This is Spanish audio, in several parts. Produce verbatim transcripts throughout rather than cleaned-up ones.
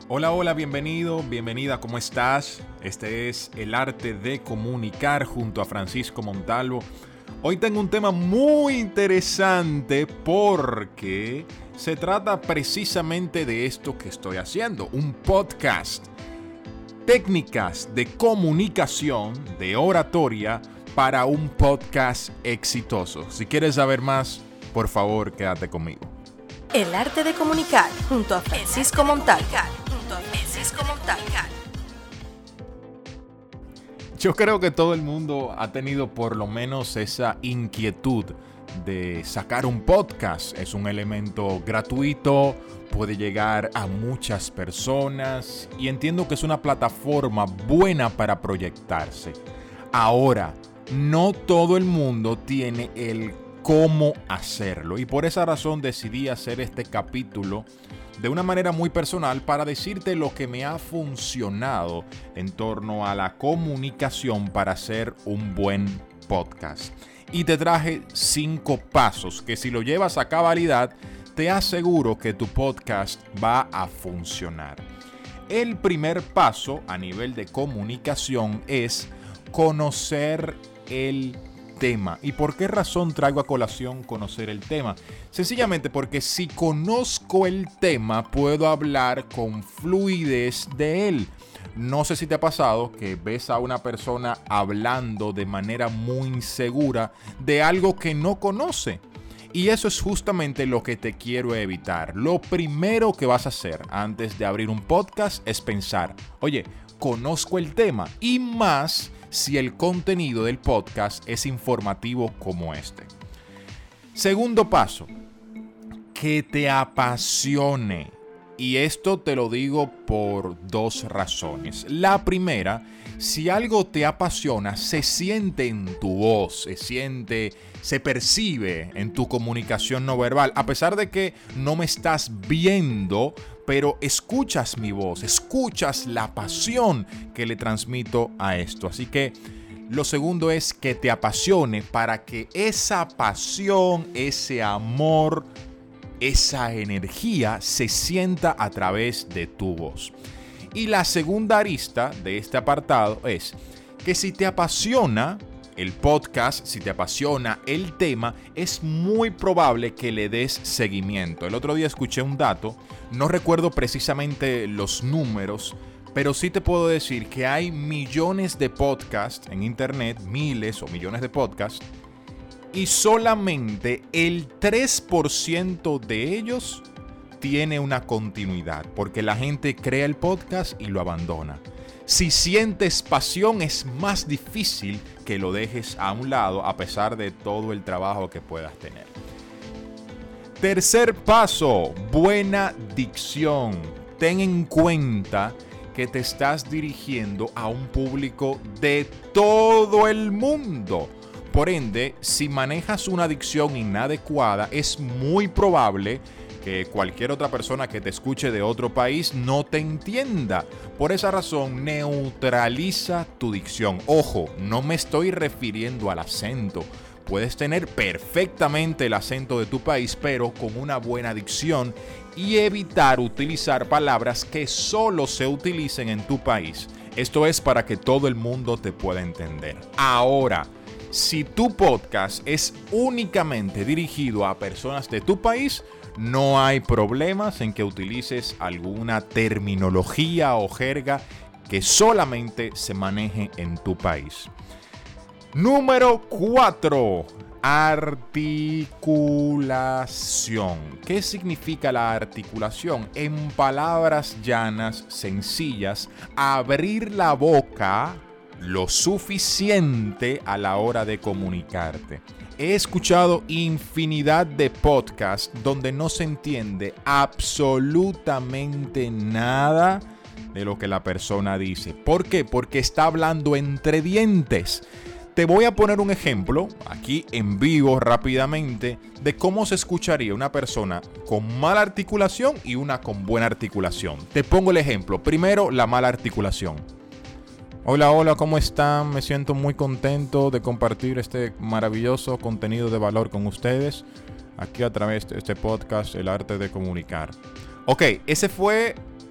Hola, hola, bienvenido, bienvenida, ¿cómo estás? Este es El Arte de Comunicar junto a Francisco Montalvo. Hoy tengo un tema muy interesante porque se trata precisamente de esto que estoy haciendo, un podcast. Técnicas de comunicación, de oratoria, para un podcast exitoso. Si quieres saber más, por favor, quédate conmigo. El Arte de Comunicar junto a Francisco Montalvo. Junto a Francisco Montalvo. Yo creo que todo el mundo ha tenido por lo menos esa inquietud de sacar un podcast. Es un elemento gratuito, puede llegar a muchas personas y entiendo que es una plataforma buena para proyectarse. Ahora, no todo el mundo tiene el cómo hacerlo y por esa razón decidí hacer este capítulo de una manera muy personal para decirte lo que me ha funcionado en torno a la comunicación para hacer un buen podcast. Y te traje cinco pasos que si lo llevas a cabalidad, te aseguro que tu podcast va a funcionar. El primer paso a nivel de comunicación es conocer el tema. ¿Y por qué razón traigo a colación conocer el tema? Sencillamente porque si conozco el tema, puedo hablar con fluidez de él. No sé si te ha pasado que ves a una persona hablando de manera muy insegura de algo que no conoce. Y eso es justamente lo que te quiero evitar. Lo primero que vas a hacer antes de abrir un podcast es pensar, oye, conozco el tema y más si el contenido del podcast es informativo como este. Segundo paso, que te apasione. Y esto te lo digo por dos razones. La primera, si algo te apasiona, se siente en tu voz, se siente, se percibe en tu comunicación no verbal. A pesar de que no me estás viendo, pero escuchas mi voz, escuchas la pasión que le transmito a esto. Así que lo segundo es que te apasione para que esa pasión, ese amor, esa energía se sienta a través de tu voz. Y la segunda arista de este apartado es que si te apasiona el podcast, si te apasiona el tema, es muy probable que le des seguimiento. El otro día escuché un dato, no recuerdo precisamente los números, pero sí te puedo decir que hay millones de podcasts en internet, miles o millones de podcasts, y solamente el tres por ciento de ellos tiene una continuidad, porque la gente crea el podcast y lo abandona. Si sientes pasión, es más difícil que lo dejes a un lado a pesar de todo el trabajo que puedas tener. Tercer paso, buena dicción. Ten en cuenta que te estás dirigiendo a un público de todo el mundo. Por ende, si manejas una dicción inadecuada, es muy probable que cualquier otra persona que te escuche de otro país no te entienda. Por esa razón, neutraliza tu dicción. Ojo, no me estoy refiriendo al acento. Puedes tener perfectamente el acento de tu país, pero con una buena dicción y evitar utilizar palabras que solo se utilicen en tu país. Esto es para que todo el mundo te pueda entender. Ahora, si tu podcast es únicamente dirigido a personas de tu país, no hay problemas en que utilices alguna terminología o jerga que solamente se maneje en tu país. Número cuatro. Articulación. ¿Qué significa la articulación? En palabras llanas, sencillas, abrir la boca lo suficiente a la hora de comunicarte. He escuchado infinidad de podcasts donde no se entiende absolutamente nada de lo que la persona dice. ¿Por qué? Porque está hablando entre dientes. Te voy a poner un ejemplo aquí en vivo rápidamente de cómo se escucharía una persona con mala articulación y una con buena articulación. Te pongo el ejemplo. Primero, la mala articulación. Hola, hola, ¿cómo están? Me siento muy contento de compartir este maravilloso contenido de valor con ustedes aquí a través de este podcast, El Arte de Comunicar. Ok, ese fue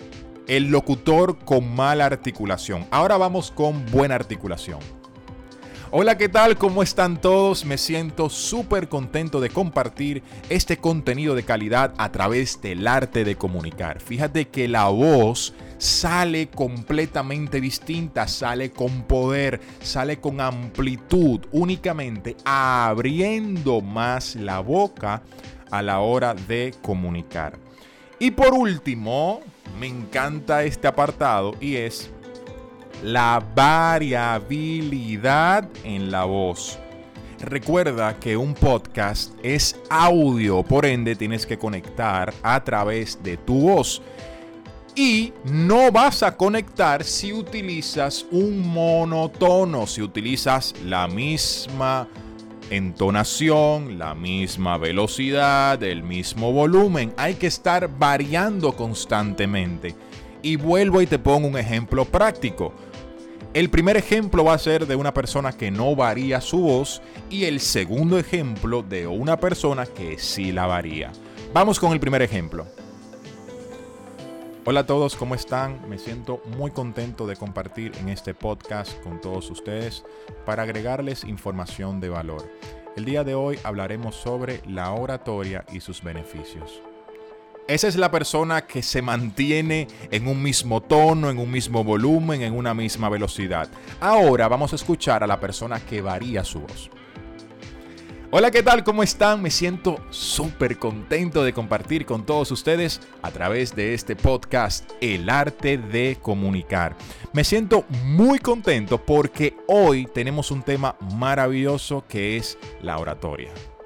el locutor con mala articulación. Ahora vamos con buena articulación. Hola, ¿qué tal? ¿Cómo están todos? Me siento súper contento de compartir este contenido de calidad a través del arte de comunicar. Fíjate que la voz sale completamente distinta, sale con poder, sale con amplitud, únicamente abriendo más la boca a la hora de comunicar. Y por último, me encanta este apartado y es la variabilidad en la voz. Recuerda que un podcast es audio, por ende tienes que conectar a través de tu voz. Y no vas a conectar si utilizas un monotono, si utilizas la misma entonación, la misma velocidad, el mismo volumen. Hay que estar variando constantemente. Y vuelvo y te pongo un ejemplo práctico. El primer ejemplo va a ser de una persona que no varía su voz y el segundo ejemplo de una persona que sí la varía. Vamos con el primer ejemplo. Hola a todos, ¿cómo están? Me siento muy contento de compartir en este podcast con todos ustedes para agregarles información de valor. El día de hoy hablaremos sobre la oratoria y sus beneficios. Esa es la persona que se mantiene en un mismo tono, en un mismo volumen, en una misma velocidad. Ahora vamos a escuchar a la persona que varía su voz. Hola, ¿qué tal? ¿Cómo están? Me siento súper contento de compartir con todos ustedes a través de este podcast El Arte de Comunicar. Me siento muy contento porque hoy tenemos un tema maravilloso que es la oratoria.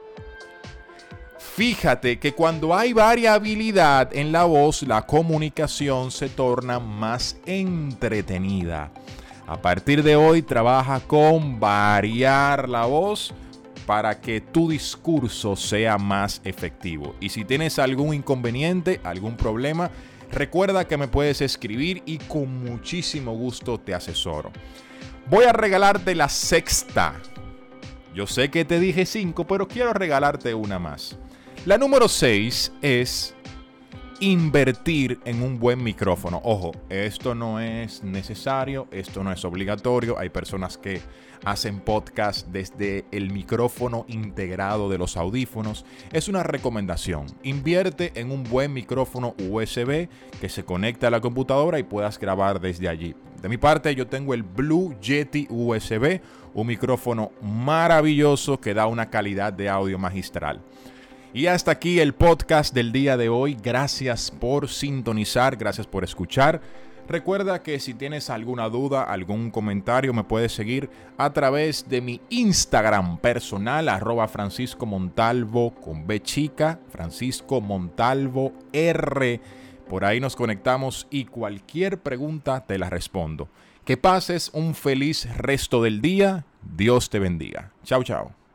Fíjate que cuando hay variabilidad en la voz, la comunicación se torna más entretenida. A partir de hoy, trabaja con variar la voz para que tu discurso sea más efectivo. Y si tienes algún inconveniente, algún problema, recuerda que me puedes escribir y con muchísimo gusto te asesoro. Voy a regalarte la sexta. Yo sé que te dije cinco, pero quiero regalarte una más. La número seis es invertir en un buen micrófono. Ojo, esto no es necesario, esto no es obligatorio. Hay personas que hacen podcast desde el micrófono integrado de los audífonos. Es una recomendación. Invierte en un buen micrófono U S B que se conecte a la computadora y puedas grabar desde allí. De mi parte, yo tengo el Blue Yeti U S B, un micrófono maravilloso que da una calidad de audio magistral. Y hasta aquí el podcast del día de hoy. Gracias por sintonizar, gracias por escuchar. Recuerda que si tienes alguna duda, algún comentario, me puedes seguir a través de mi Instagram personal, arroba Francisco Montalvo con B chica, Francisco Montalvo R. Por ahí nos conectamos y cualquier pregunta te la respondo. Que pases un feliz resto del día. Dios te bendiga. Chao, chao.